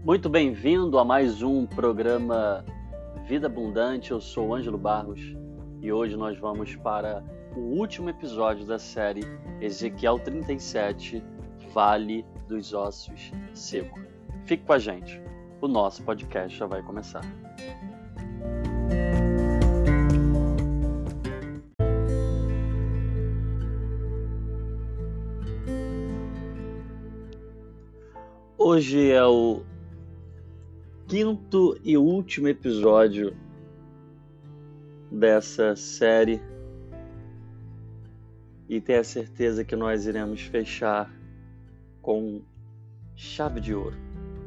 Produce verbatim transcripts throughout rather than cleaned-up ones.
Muito bem-vindo a mais um programa Vida Abundante. Eu sou o Ângelo Barros e hoje nós vamos para o último episódio da série Ezequiel trinta e sete, Vale dos Ossos Secos. Fique com a gente, o nosso podcast já vai começar. Hoje é o quinto e último episódio dessa série e tenho a certeza que nós iremos fechar com chave de ouro.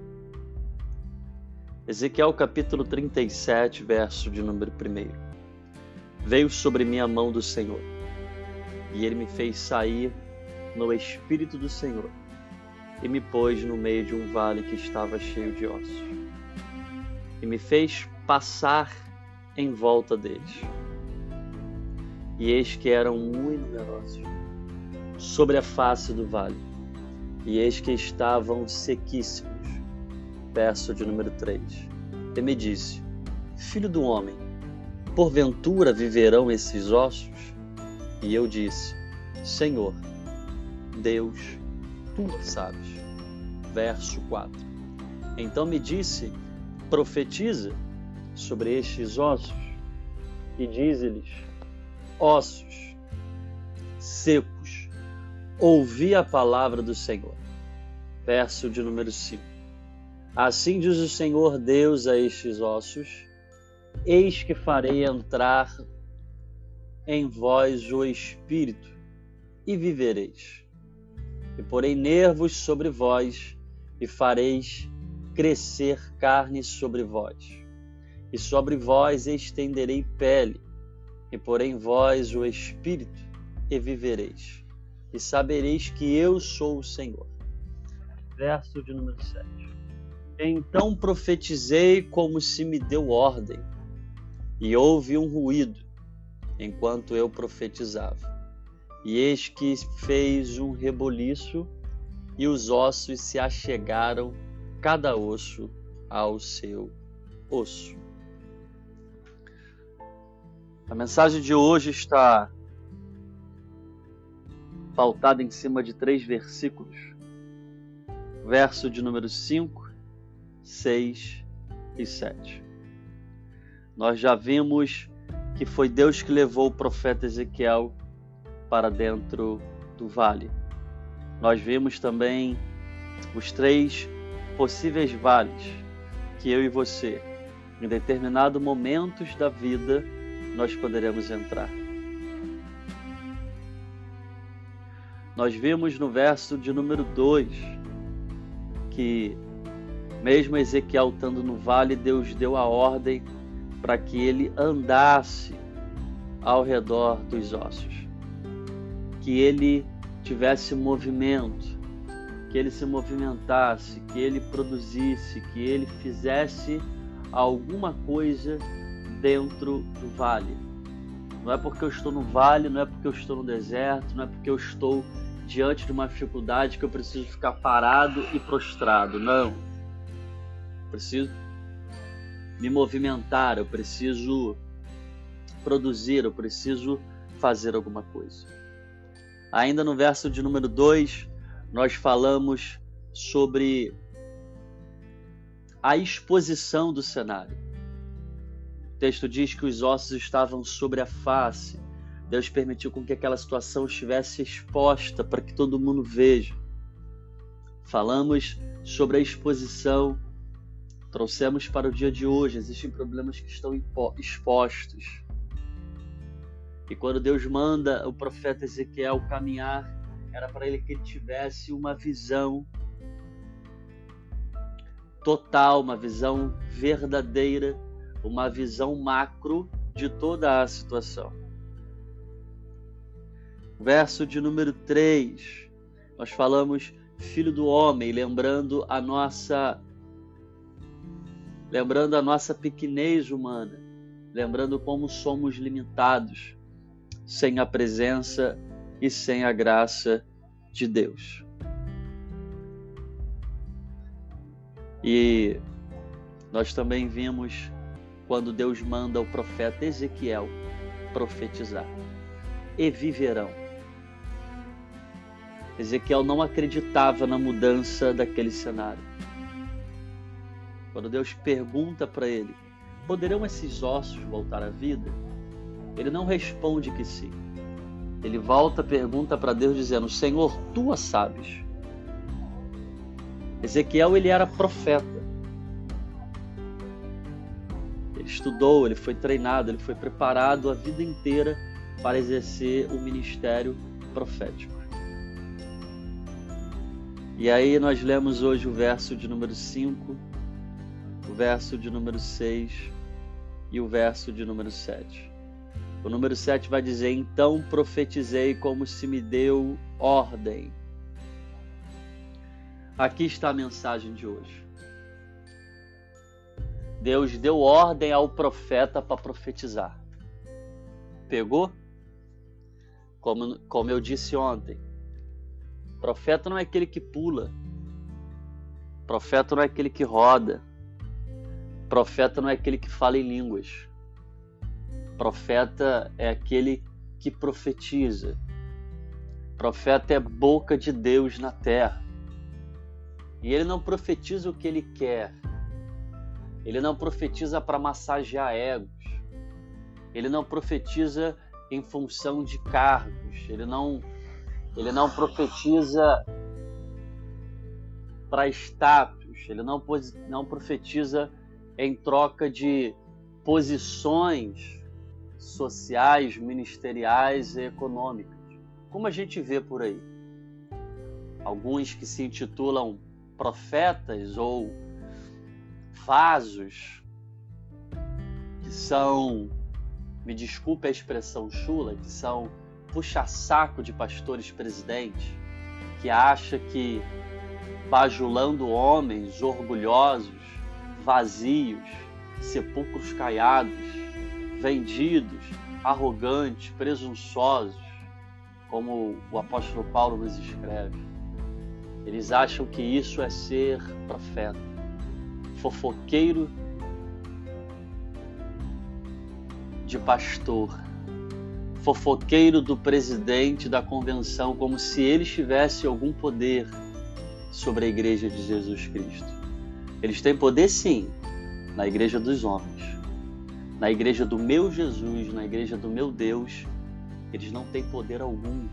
Ezequiel capítulo trinta e sete, verso de número um. Veio sobre mim a mão do Senhor, e ele me fez sair no Espírito do Senhor, e me pôs no meio de um vale que estava cheio de ossos, e me fez passar em volta deles. E eis que eram muito numerosos sobre a face do vale, e eis que estavam sequíssimos. Verso de número três. E me disse: Filho do homem, porventura viverão esses ossos? E eu disse: Senhor, Deus, tu sabes. Verso quatro. Então me disse: profetiza sobre estes ossos e dize-lhes: ossos secos, ouvi a palavra do Senhor. Verso de número cinco. Assim diz o Senhor Deus a estes ossos: eis que farei entrar em vós o Espírito, e vivereis. E porei nervos sobre vós, e fareis crescer carne sobre vós. E sobre vós estenderei pele, e porei em vós o Espírito, e vivereis. E sabereis que eu sou o Senhor. Verso de número sete. Então profetizei como se me deu ordem, e houve um ruído, enquanto eu profetizava. E eis que fez um reboliço, e os ossos se achegaram, cada osso ao seu osso. A mensagem de hoje está pautada em cima de três versículos. Verso de número cinco, seis e sete. Nós já vimos que foi Deus que levou o profeta Ezequiel para dentro do vale. Nós vimos também os três possíveis vales que eu e você, em determinados momentos da vida, nós poderemos entrar. Nós vimos no verso de número dois que, mesmo Ezequiel estando no vale, Deus deu a ordem para que ele andasse ao redor dos ossos, que ele tivesse movimento, que ele se movimentasse, que ele produzisse, que ele fizesse alguma coisa dentro do vale. Não é porque eu estou no vale, não é porque eu estou no deserto, não é porque eu estou diante de uma dificuldade que eu preciso ficar parado e prostrado. Não. Eu preciso me movimentar, eu preciso produzir, eu preciso fazer alguma coisa. Ainda no verso de número dois, nós falamos sobre a exposição do cenário. O texto diz que os ossos estavam sobre a face. Deus permitiu com que aquela situação estivesse exposta para que todo mundo veja. Falamos sobre a exposição, trouxemos para o dia de hoje. Existem problemas que estão expostos. E quando Deus manda o profeta Ezequiel caminhar, era para ele que ele tivesse uma visão total, uma visão verdadeira, uma visão macro de toda a situação. Verso de número três, nós falamos filho do homem, lembrando a nossa, lembrando a nossa pequenez humana, lembrando como somos limitados, sem a presença e sem a graça de Deus. E nós também vimos quando Deus manda o profeta Ezequiel profetizar: e viverão. Ezequiel não acreditava na mudança daquele cenário. Quando Deus pergunta para ele: poderão esses ossos voltar à vida? Ele não responde que sim. Ele volta, pergunta para Deus dizendo: Senhor, tu a sabes. Ezequiel, ele era profeta. Ele estudou, ele foi treinado, ele foi preparado a vida inteira para exercer o ministério profético. E aí nós lemos hoje o verso de número cinco, o verso de número seis e o verso de número sete. O número sete vai dizer: então profetizei como se me deu ordem. Aqui está a mensagem de hoje. Deus deu ordem ao profeta para profetizar. Pegou? Como, como eu disse ontem, profeta não é aquele que pula. Profeta não é aquele que roda. Profeta não é aquele que fala em línguas. Profeta é aquele que profetiza. Profeta é boca de Deus na terra. E ele não profetiza o que ele quer. Ele não profetiza para massagear egos. Ele não profetiza em função de cargos. Ele não, ele não profetiza para status. Ele não, não profetiza em troca de posições sociais, ministeriais e econômicas, como a gente vê por aí. Alguns que se intitulam profetas ou vasos, que são, me desculpe a expressão chula, que são puxa-saco de pastores presidentes, que acha que bajulando homens orgulhosos, vazios, sepulcros caiados, vendidos, arrogantes, presunçosos, como o apóstolo Paulo nos escreve. Eles acham que isso é ser profeta. Fofoqueiro de pastor. Fofoqueiro do presidente da convenção, como se ele tivesse algum poder sobre a igreja de Jesus Cristo. Eles têm poder sim, na igreja dos homens. Na igreja do meu Jesus, na igreja do meu Deus, eles não têm poder algum.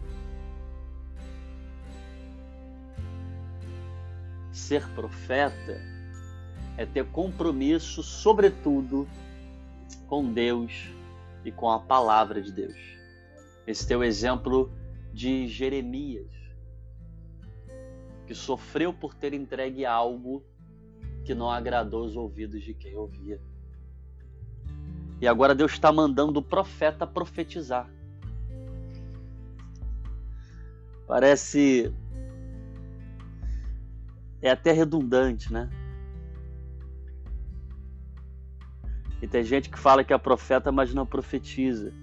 Ser profeta é ter compromisso, sobretudo, com Deus e com a palavra de Deus. Esse é o exemplo de Jeremias, que sofreu por ter entregue algo que não agradou os ouvidos de quem ouvia. E agora Deus está mandando o profeta profetizar. Parece... é até redundante, né? E tem gente que fala que é profeta, mas não profetiza.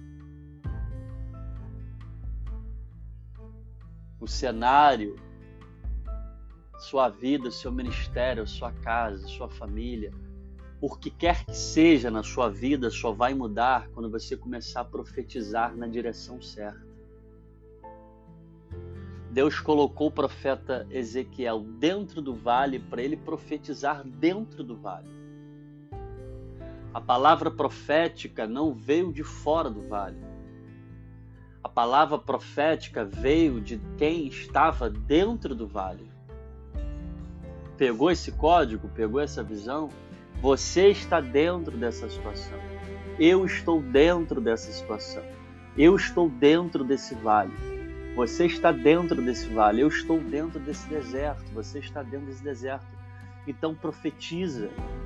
O cenário, sua vida, seu ministério, sua casa, sua família, o que quer que seja na sua vida, só vai mudar quando você começar a profetizar na direção certa. Deus colocou o profeta Ezequiel dentro do vale para ele profetizar dentro do vale. A palavra profética não veio de fora do vale. A palavra profética veio de quem estava dentro do vale. Pegou esse código? Pegou essa visão? Você está dentro dessa situação. Eu estou dentro dessa situação. Eu estou dentro desse vale. Você está dentro desse vale. Eu estou dentro desse deserto. Você está dentro desse deserto. Então profetiza.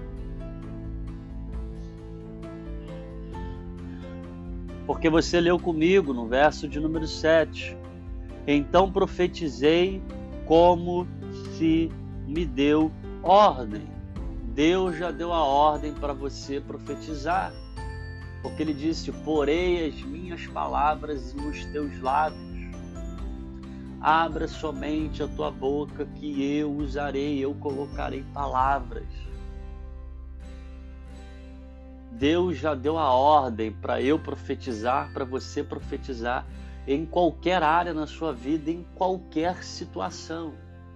Porque você leu comigo no verso de número sete. Então profetizei como se me deu ordem. Deus já deu a ordem para você profetizar. Porque ele disse: porei as minhas palavras nos teus lábios. Abra somente a tua boca que eu usarei, eu colocarei palavras. Deus já deu a ordem para eu profetizar, para você profetizar em qualquer área na sua vida, em qualquer situação.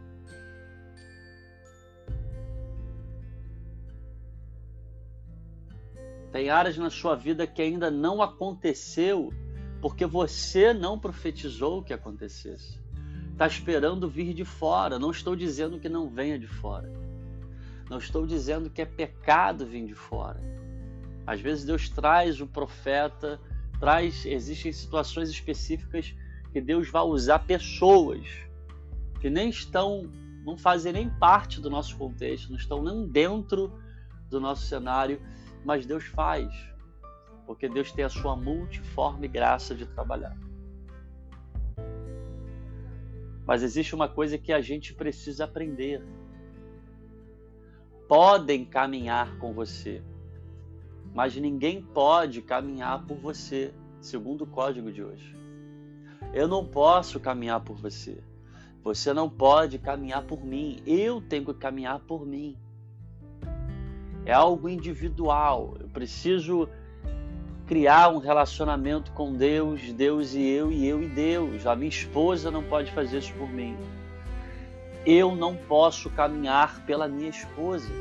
Tem áreas na sua vida que ainda não aconteceu porque você não profetizou que acontecesse. Está esperando vir de fora. Não estou dizendo que não venha de fora. Não estou dizendo que é pecado vir de fora. Às vezes Deus traz o profeta, traz, existem situações específicas que Deus vai usar pessoas que nem estão, não fazem nem parte do nosso contexto, não estão nem dentro do nosso cenário, mas Deus faz, porque Deus tem a sua multiforme graça de trabalhar. Mas existe uma coisa que a gente precisa aprender. Podem caminhar com você, mas ninguém pode caminhar por você, segundo o código de hoje. Eu não posso caminhar por você. Você não pode caminhar por mim. Eu tenho que caminhar por mim. É algo individual. Eu preciso criar um relacionamento com Deus, Deus e eu, e eu e Deus. A minha esposa não pode fazer isso por mim. Eu não posso caminhar pela minha esposa.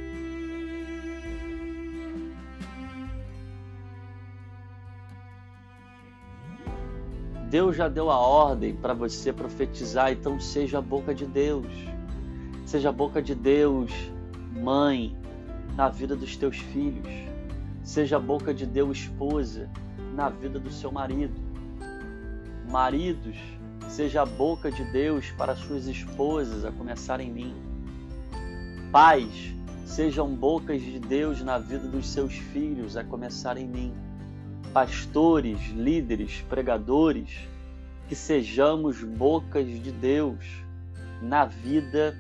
Deus já deu a ordem para você profetizar, então seja a boca de Deus. Seja a boca de Deus, mãe, na vida dos teus filhos. Seja a boca de Deus, esposa, na vida do seu marido. Maridos, seja a boca de Deus para suas esposas, a começar em mim. Pais, sejam bocas de Deus na vida dos seus filhos, a começar em mim. Pastores, líderes, pregadores, que sejamos bocas de Deus na vida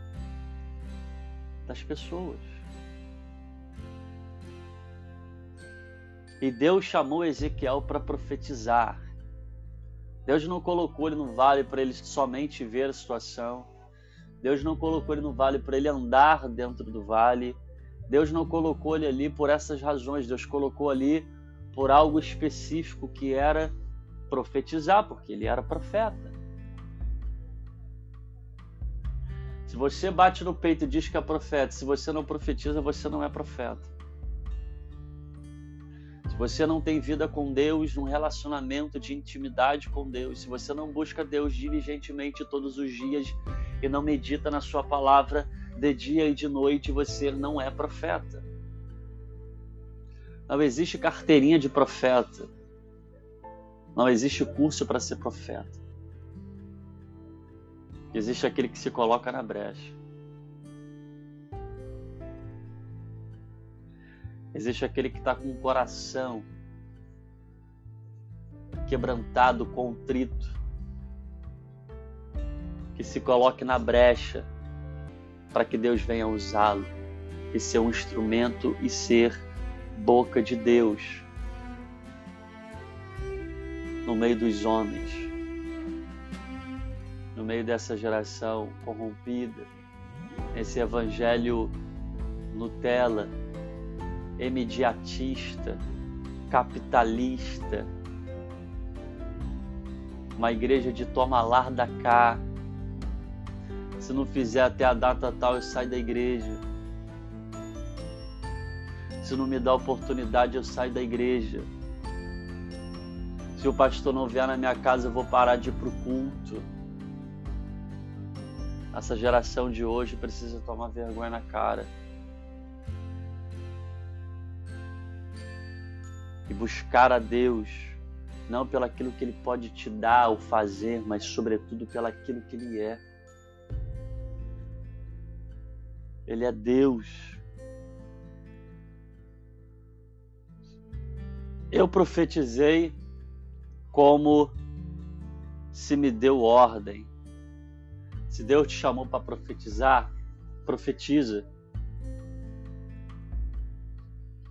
das pessoas. E Deus chamou Ezequiel para profetizar. Deus não colocou ele no vale para ele somente ver a situação. Deus não colocou ele no vale para ele andar dentro do vale. Deus não colocou ele ali por essas razões. Deus colocou ali por algo específico que era profetizar, porque ele era profeta. Se você bate no peito e diz que é profeta, se você não profetiza, você não é profeta. Se você não tem vida com Deus, um relacionamento de intimidade com Deus, se você não busca Deus diligentemente todos os dias e não medita na sua palavra de dia e de noite, você não é profeta. Não existe carteirinha de profeta. Não existe curso para ser profeta. Existe aquele que se coloca na brecha. Existe aquele que está com o coração quebrantado, contrito, que se coloque na brecha para que Deus venha usá-lo e ser um instrumento e ser boca de Deus no meio dos homens, no meio dessa geração corrompida, esse evangelho Nutella, imediatista, capitalista, uma igreja de toma lá da cá. Se não fizer até a data tal, eu saio da igreja. Se não me dá oportunidade, eu saio da igreja. Se o pastor não vier na minha casa, eu vou parar de ir para o culto. Essa geração de hoje precisa tomar vergonha na cara e buscar a Deus, não pelo aquilo que Ele pode te dar ou fazer, mas sobretudo pelo aquilo que Ele é. Ele é Deus. Eu profetizei como se me deu ordem. Se Deus te chamou para profetizar, profetiza.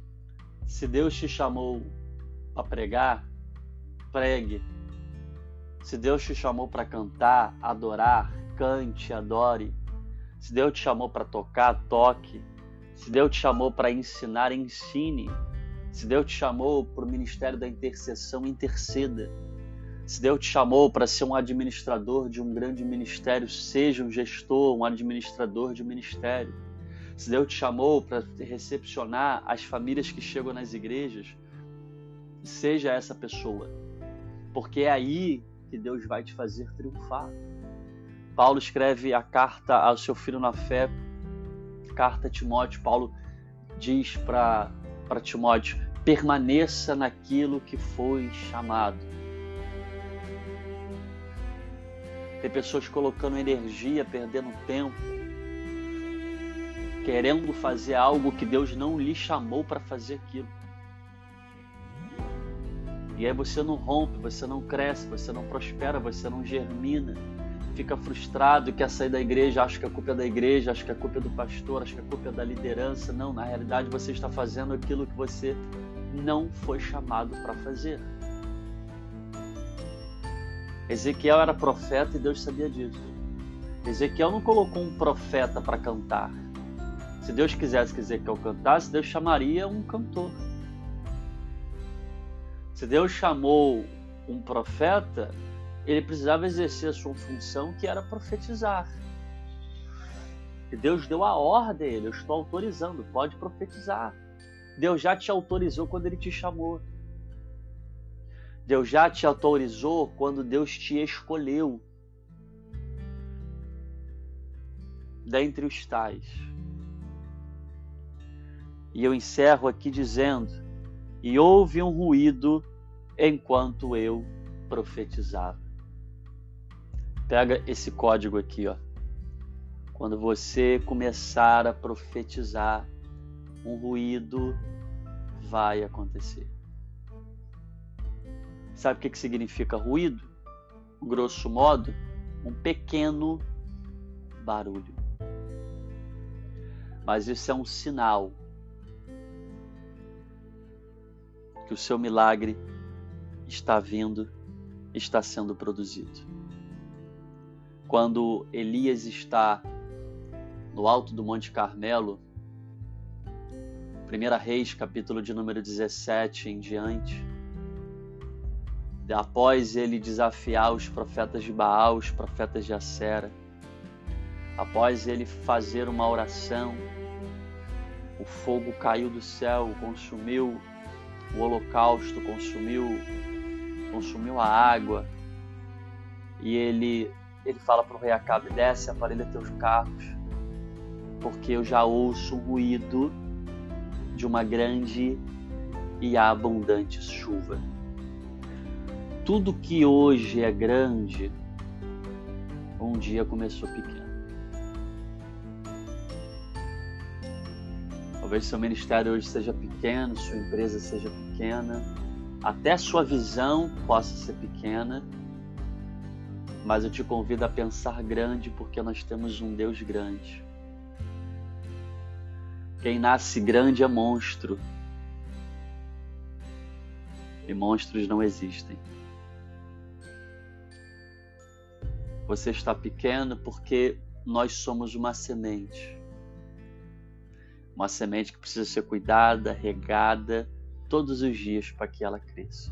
Se Deus te chamou para pregar, pregue. Se Deus te chamou para cantar, adorar, cante, adore. Se Deus te chamou para tocar, toque. Se Deus te chamou para ensinar, ensine. Se Deus te chamou para o ministério da intercessão, interceda. Se Deus te chamou para ser um administrador de um grande ministério, seja um gestor, um administrador de um ministério. Se Deus te chamou para recepcionar as famílias que chegam nas igrejas, seja essa pessoa. Porque é aí que Deus vai te fazer triunfar. Paulo escreve a carta ao seu filho na fé, carta a Timóteo. Paulo diz para Timóteo: permaneça naquilo que foi chamado. Tem pessoas colocando energia, perdendo tempo, querendo fazer algo que Deus não lhe chamou para fazer aquilo. E aí você não rompe, você não cresce, você não prospera, você não germina. Fica frustrado, quer sair da igreja, acha que a culpa é da igreja, acha que a culpa é do pastor, acha que a culpa é da liderança. Não, na realidade você está fazendo aquilo que você não foi chamado para fazer. Ezequiel era profeta e Deus sabia disso. Ezequiel não colocou um profeta para cantar. Se Deus quisesse que Ezequiel cantasse, Deus chamaria um cantor. Se Deus chamou um profeta, ele precisava exercer a sua função, que era profetizar. E Deus deu a ordem a ele: eu estou autorizando, pode profetizar. Deus já te autorizou quando ele te chamou. Deus já te autorizou quando Deus te escolheu dentre os tais. E eu encerro aqui dizendo: e houve um ruído enquanto eu profetizava. Pega esse código aqui, ó. Quando você começar a profetizar, um ruído vai acontecer. Sabe o que, que significa ruído? Grosso modo, um pequeno barulho. Mas isso é um sinal que o seu milagre está vindo, está sendo produzido. Quando Elias está no alto do Monte Carmelo, primeira Reis, capítulo de número dezessete em diante, após ele desafiar os profetas de Baal, os profetas de Acera, após ele fazer uma oração, o fogo caiu do céu, consumiu o holocausto, consumiu, consumiu a água, e ele, ele fala para o rei Acabe: desce, aparelha teus carros, porque eu já ouço o ruído de uma grande e abundante chuva. Tudo que hoje é grande, um dia começou pequeno. Talvez seu ministério hoje seja pequeno, sua empresa seja pequena, até sua visão possa ser pequena, mas eu te convido a pensar grande, porque nós temos um Deus grande. Quem nasce grande é monstro, e monstros não existem. Você está pequeno porque nós somos uma semente. Uma semente que precisa ser cuidada, regada todos os dias para que ela cresça.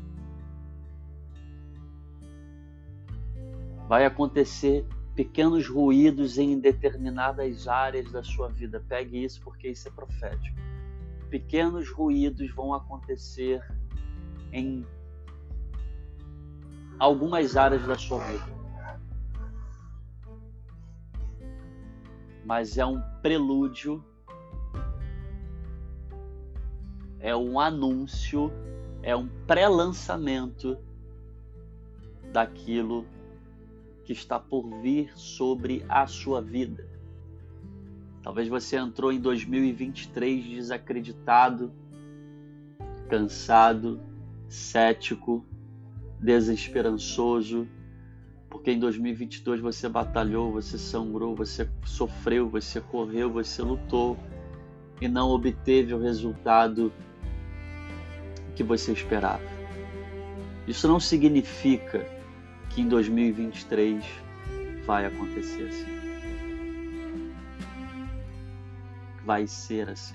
Vai acontecer pequenos ruídos em determinadas áreas da sua vida. Pegue isso, porque isso é profético. Pequenos ruídos vão acontecer em algumas áreas da sua vida. Mas é um prelúdio, é um anúncio, é um pré-lançamento daquilo que está por vir sobre a sua vida. Talvez você entrou em dois mil e vinte e três desacreditado, cansado, cético, desesperançoso, porque em dois mil e vinte e dois você batalhou, você sangrou, você sofreu, você correu, você lutou e não obteve o resultado que você esperava. Isso não significa que em dois mil e vinte e três vai acontecer assim. Vai ser assim.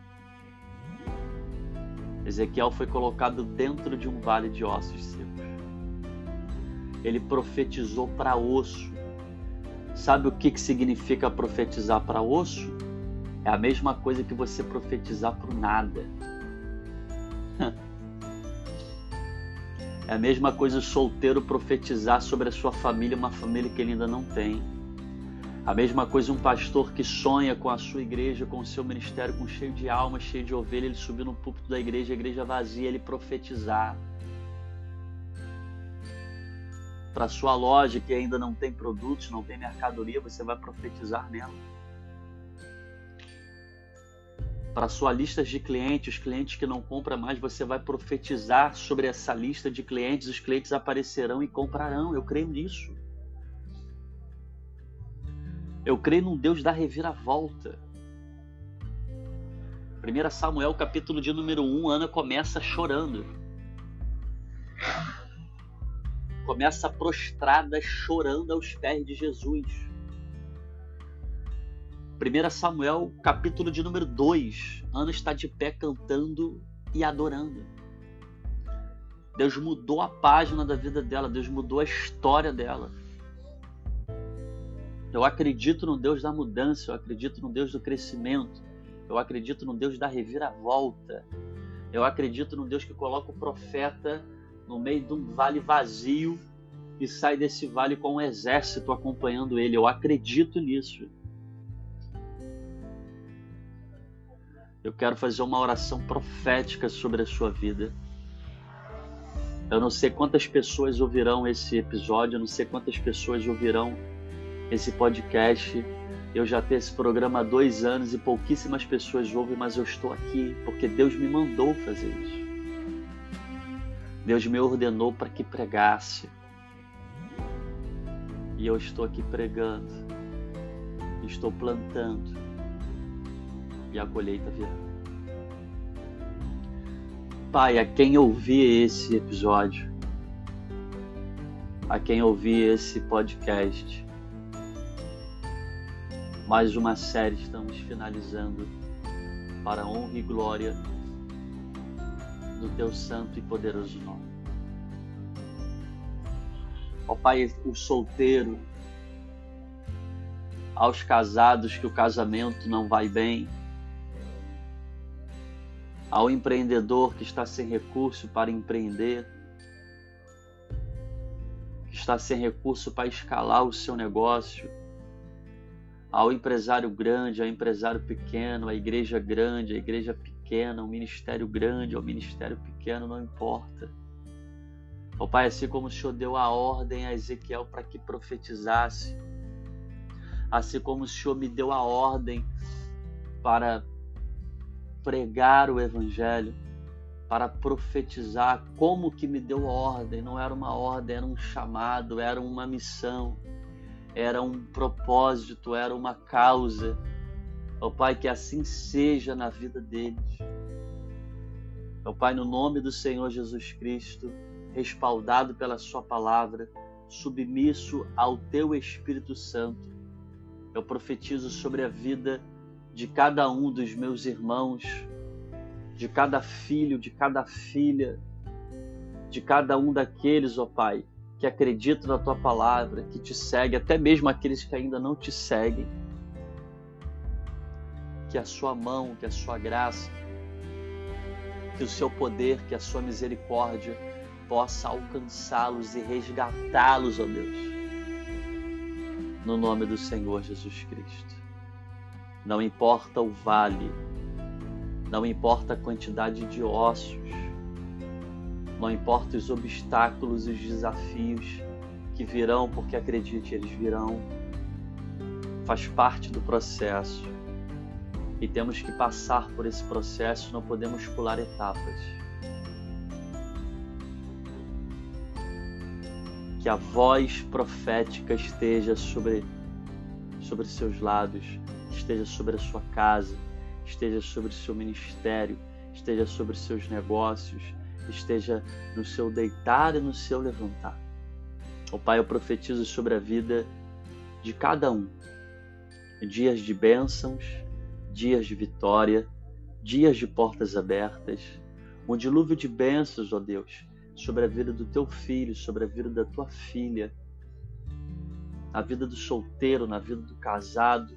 Ezequiel foi colocado dentro de um vale de ossos secos. Ele profetizou para osso. Sabe o que, que significa profetizar para osso? É a mesma coisa que você profetizar para o nada. É a mesma coisa o solteiro profetizar sobre a sua família, uma família que ele ainda não tem. A mesma coisa um pastor que sonha com a sua igreja, com o seu ministério, com cheio de alma, cheio de ovelha, ele subir no púlpito da igreja, a igreja vazia, ele profetizar. Para a sua loja que ainda não tem produtos, não tem mercadoria, você vai profetizar nela. Para a sua lista de clientes, os clientes que não compram mais, você vai profetizar sobre essa lista de clientes, os clientes aparecerão e comprarão. Eu creio nisso. Eu creio num Deus da reviravolta. primeiro Samuel, capítulo de número um, Ana começa chorando. Começa prostrada, chorando aos pés de Jesus. primeiro Samuel, capítulo de número dois, Ana está de pé cantando e adorando. Deus mudou a página da vida dela, Deus mudou a história dela. Eu acredito no Deus da mudança, eu acredito no Deus do crescimento, eu acredito no Deus da reviravolta, eu acredito no Deus que coloca o profeta no meio de um vale vazio e sai desse vale com um exército acompanhando ele. Eu acredito nisso. Eu quero fazer uma oração profética sobre a sua vida. Eu não sei quantas pessoas ouvirão esse episódio, eu não sei quantas pessoas ouvirão esse podcast. Eu já tenho esse programa há dois anos e pouquíssimas pessoas ouvem, mas eu estou aqui porque Deus me mandou fazer isso. Deus me ordenou para que pregasse. E eu estou aqui pregando. Estou plantando. E a colheita virá. Pai, a quem ouvir esse episódio, a quem ouvir esse podcast, mais uma série estamos finalizando para a honra e glória do Teu santo e poderoso nome. Ó Pai, o solteiro, aos casados que o casamento não vai bem, ao empreendedor que está sem recurso para empreender, que está sem recurso para escalar o seu negócio, ao empresário grande, ao empresário pequeno, à igreja grande, à igreja pequena, ao ministério grande, ao ministério pequeno, não importa. Ó Pai, assim como o Senhor deu a ordem a Ezequiel para que profetizasse, assim como o Senhor me deu a ordem para pregar o Evangelho, para profetizar, como que me deu ordem, não era uma ordem, era um chamado, era uma missão, era um propósito, era uma causa. Ó Pai, que assim seja na vida deles. Ó Pai, no nome do Senhor Jesus Cristo, respaldado pela Sua palavra, submisso ao Teu Espírito Santo, eu profetizo sobre a vida de cada um dos meus irmãos, de cada filho, de cada filha, de cada um daqueles, ó Pai, que acreditam na Tua palavra, que Te seguem, até mesmo aqueles que ainda não Te seguem. Que a Sua mão, que a Sua graça, que o Seu poder, que a Sua misericórdia possa alcançá-los e resgatá-los, ó Deus, no nome do Senhor Jesus Cristo. Não importa o vale, não importa a quantidade de ossos, não importa os obstáculos e os desafios que virão, porque acredite, eles virão. Faz parte do processo e temos que passar por esse processo, não podemos pular etapas. Que a voz profética esteja sobre, sobre seus lábios, esteja sobre a sua casa, esteja sobre o seu ministério, esteja sobre os seus negócios, esteja no seu deitar e no seu levantar. Ó Pai, eu profetizo sobre a vida de cada um. Dias de bênçãos, dias de vitória, dias de portas abertas, um dilúvio de bênçãos, ó Deus, sobre a vida do teu filho, sobre a vida da tua filha, na vida do solteiro, na vida do casado,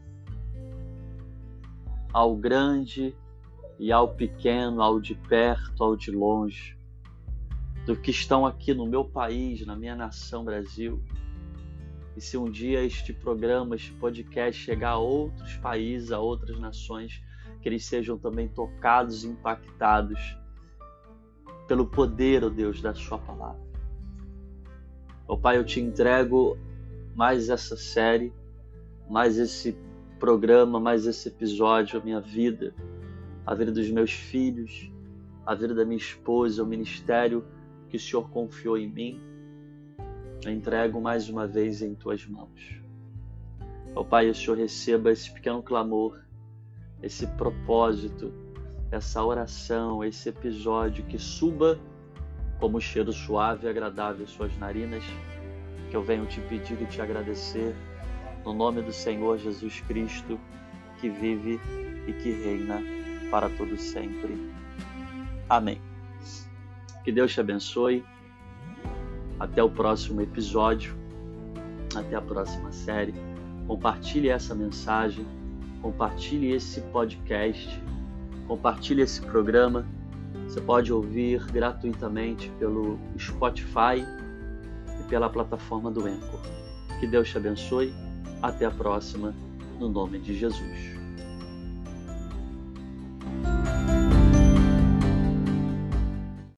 ao grande e ao pequeno, ao de perto, ao de longe, do que estão aqui no meu país, na minha nação Brasil. E se um dia este programa, este podcast chegar a outros países, a outras nações, que eles sejam também tocados e impactados pelo poder, ó Deus, da sua palavra. Ó Pai, eu te entrego mais essa série, mais esse programa, mais esse episódio, a minha vida, a vida dos meus filhos, a vida da minha esposa, o ministério que o Senhor confiou em mim. Eu entrego mais uma vez em tuas mãos. Ó Pai, o Senhor receba esse pequeno clamor, esse propósito, essa oração, esse episódio, que suba como cheiro suave e agradável às suas narinas, que eu venho te pedir e te agradecer, no nome do Senhor Jesus Cristo, que vive e que reina para todo sempre. Amém. Que Deus te abençoe. Até o próximo episódio, até a próxima série. Compartilhe essa mensagem, compartilhe esse podcast, compartilhe esse programa. Você pode ouvir gratuitamente pelo Spotify e pela plataforma do Anchor. Que Deus te abençoe. Até a próxima, no nome de Jesus.